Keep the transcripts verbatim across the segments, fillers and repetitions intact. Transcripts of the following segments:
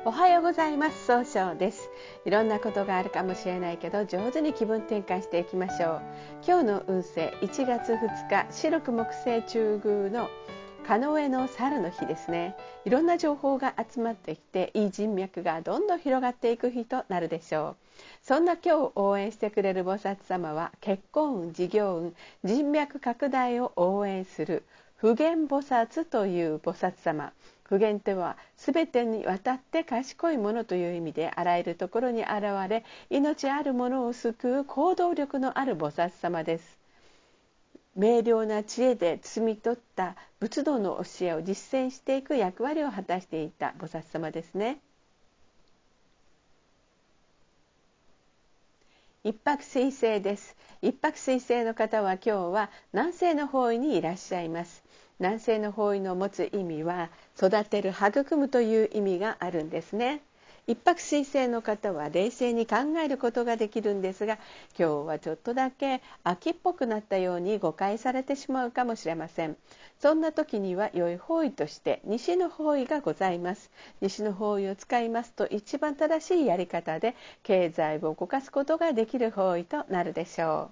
おはようございます。総称です。いろんなことがあるかもしれないけど、上手に気分転換していきましょう。今日の運勢いちがつふつか、白く木星中宮の庚午の猿の日ですね。いろんな情報が集まってきて、いい人脈がどんどん広がっていく日となるでしょう。そんな今日を応援してくれる菩薩様は、結婚運、事業運、人脈拡大を応援する普賢菩薩という菩薩様。普賢とは全てにわたって賢いものという意味で、あらゆるところに現れ、命あるものを救う行動力のある菩薩様です。明瞭な知恵で摘み取った仏道の教えを実践していく役割を果たしていた菩薩様ですね。一泊水星です。一泊水星の方は今日は南西の方位にいらっしゃいます。南西の方位の持つ意味は、育てる、育むという意味があるんですね。一泊水星の方は冷静に考えることができるんですが、今日はちょっとだけ秋っぽくなったように誤解されてしまうかもしれません。そんな時には良い方位として西の方位がございます。西の方位を使いますと、一番正しいやり方で経済を動かすことができる方位となるでしょう。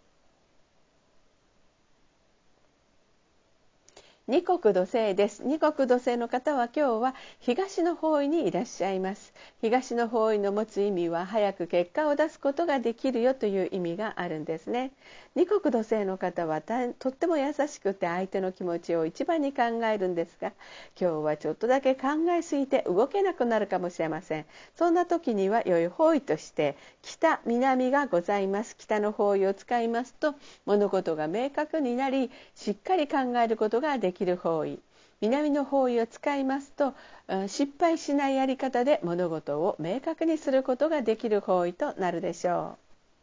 二国土星です。二国土星の方は今日は東の方位にいらっしゃいます。東の方位の持つ意味は、早く結果を出すことができるよという意味があるんですね。二国土星の方はとっても優しくて、相手の気持ちを一番に考えるんですが、今日はちょっとだけ考えすぎて動けなくなるかもしれません。そんな時には良い方位として北、南がございます。北の方位を使いますと、物事が明確になり、しっかり考えることができる方位。南の方位を使いますと、失敗しないやり方で物事を明確にすることができる方位となるでしょう。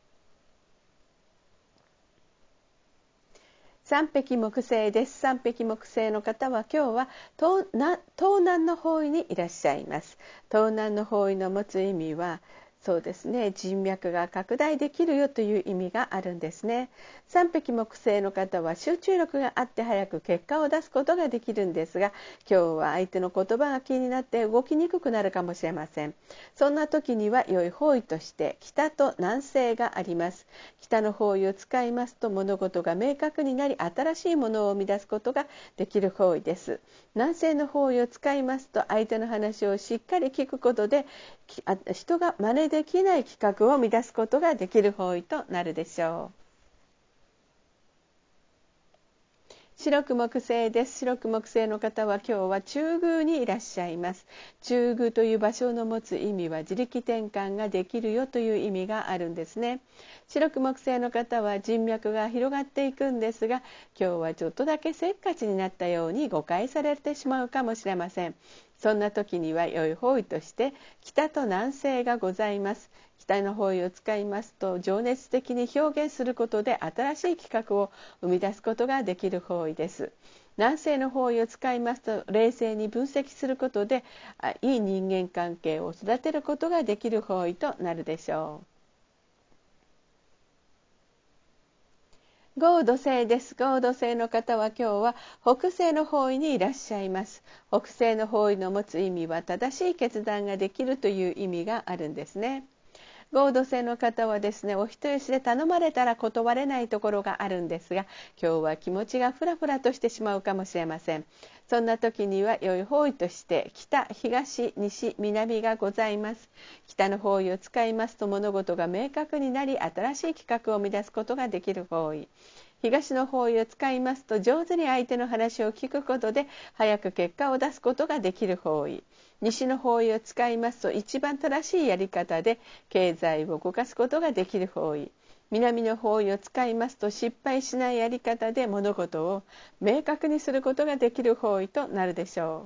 三匹木星です。三匹木星の方は今日は 東, 南東南の方位にいらっしゃいます。東南の方位の持つ意味は、そうですね、人脈が拡大できるよという意味があるんですね。三匹木星の方は集中力があって早く結果を出すことができるんですが、今日は相手の言葉が気になって動きにくくなるかもしれません。そんな時には良い方位として北と南西があります。北の方位を使いますと、物事が明確になり、新しいものを生み出すことができる方位です。南西の方位を使いますと、相手の話をしっかり聞くことで、人が真似できない企画を生み出すことができる方位となるでしょう。白く木星です。白く木星の方は今日は中宮にいらっしゃいます。中宮という場所の持つ意味は、自力転換ができるよという意味があるんですね。白く木星の方は人脈が広がっていくんですが、今日はちょっとだけせっかちになったように誤解されてしまうかもしれません。そんな時には良い方位として北と南西がございます。北の方位を使いますと、情熱的に表現することで新しい企画を生み出すことができる方位です。南西の方位を使いますと、冷静に分析することでいい人間関係を育てることができる方位となるでしょう。合土星です。合土星の方は今日は北西の方位にいらっしゃいます。北西の方位の持つ意味は、正しい決断ができるという意味があるんですね。合土星の方はですね、お人よしで頼まれたら断れないところがあるんですが、今日は気持ちがフラフラとしてしまうかもしれません。そんな時には良い方位として北、東、西、南がございます。北の方位を使いますと、物事が明確になり、新しい企画を生み出すことができる方位。東の方位を使いますと、上手に相手の話を聞くことで早く結果を出すことができる方位。西の方位を使いますと、一番正しいやり方で経済を動かすことができる方位。南の方位を使いますと、失敗しないやり方で物事を明確にすることができる方位となるでしょ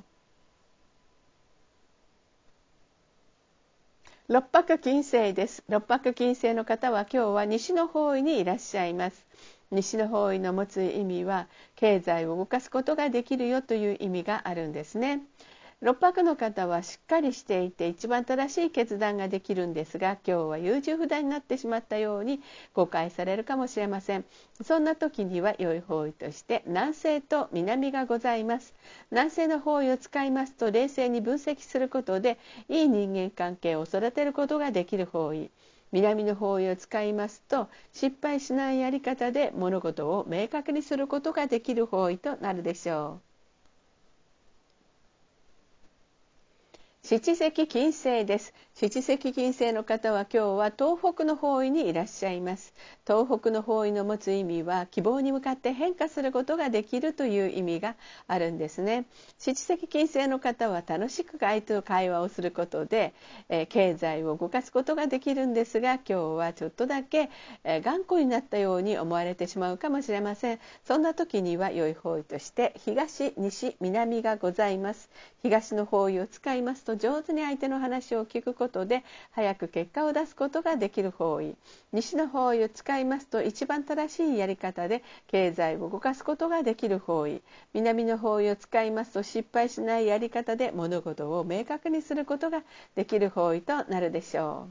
う。六白金星です。六白金星の方は今日は西の方位にいらっしゃいます。西の方位の持つ意味は、経済を動かすことができるよという意味があるんですね。 ろっぱくの方はしっかりしていて一番正しい決断ができるんですが、今日は優柔不断になってしまったように誤解されるかもしれません。そんな時には良い方位として南西と南がございます。南西の方位を使いますと、冷静に分析することでいい人間関係を育てることができる方位。南の方位を使いますと、失敗しないやり方で物事を明確にすることができる方位となるでしょう。七石金星です。七石金星の方は今日は東北の方位にいらっしゃいます。東北の方位の持つ意味は、希望に向かって変化することができるという意味があるんですね。七石金星の方は楽しく相手と会話をすることで、えー、経済を動かすことができるんですが、今日はちょっとだけ、えー、頑固になったように思われてしまうかもしれません。そんな時には良い方位として東、西、南がございます。東の方位を使いますと、上手に相手の話を聞くことで早く結果を出すことができる方位。西の方位を使いますと、一番正しいやり方で経済を動かすことができる方位。南の方位を使いますと、失敗しないやり方で物事を明確にすることができる方位となるでしょう。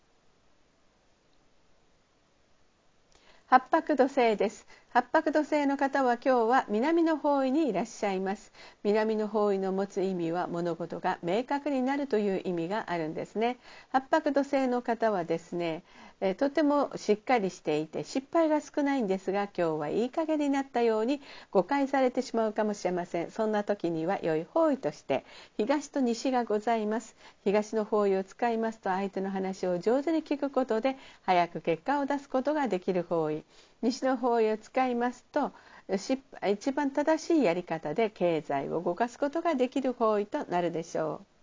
八白土星です。八白土星の方は今日は南の方位にいらっしゃいます。南の方位の持つ意味は、物事が明確になるという意味があるんですね。八白土星の方はですね、えとてもしっかりしていて失敗が少ないんですが、今日はいい加減になったように誤解されてしまうかもしれません。そんな時には良い方位として東と西がございます。東の方位を使いますと、相手の話を上手に聞くことで早く結果を出すことができる方位。西の方位を使いますと、一番正しいやり方で経済を動かすことができる方位となるでしょう。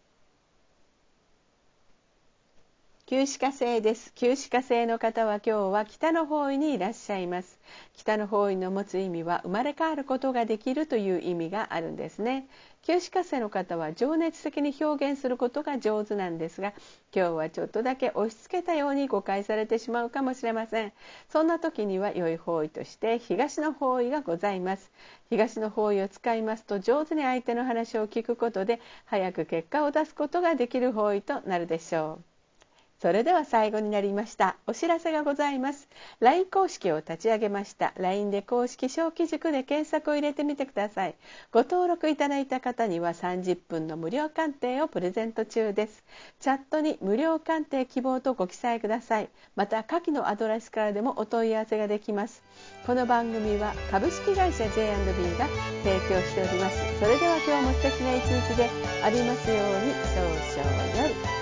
旧歯科星です。旧歯科星の方は今日は北の方位にいらっしゃいます。北の方位の持つ意味は、生まれ変わることができるという意味があるんですね。旧歯科星の方は情熱的に表現することが上手なんですが、今日はちょっとだけ押し付けたように誤解されてしまうかもしれません。そんな時には良い方位として東の方位がございます。東の方位を使いますと、上手に相手の話を聞くことで早く結果を出すことができる方位となるでしょう。それでは最後になりました。お知らせがございます。ライン 公式を立ち上げました。ライン で公式小規塾で検索を入れてみてください。ご登録いただいた方にはさんじゅっぷんの無料鑑定をプレゼント中です。チャットに無料鑑定希望とご記載ください。また下記のアドレスからでもお問い合わせができます。この番組は株式会社 ジェイアンドビー が提供しております。それでは今日も素敵な一日でありますように。早々より。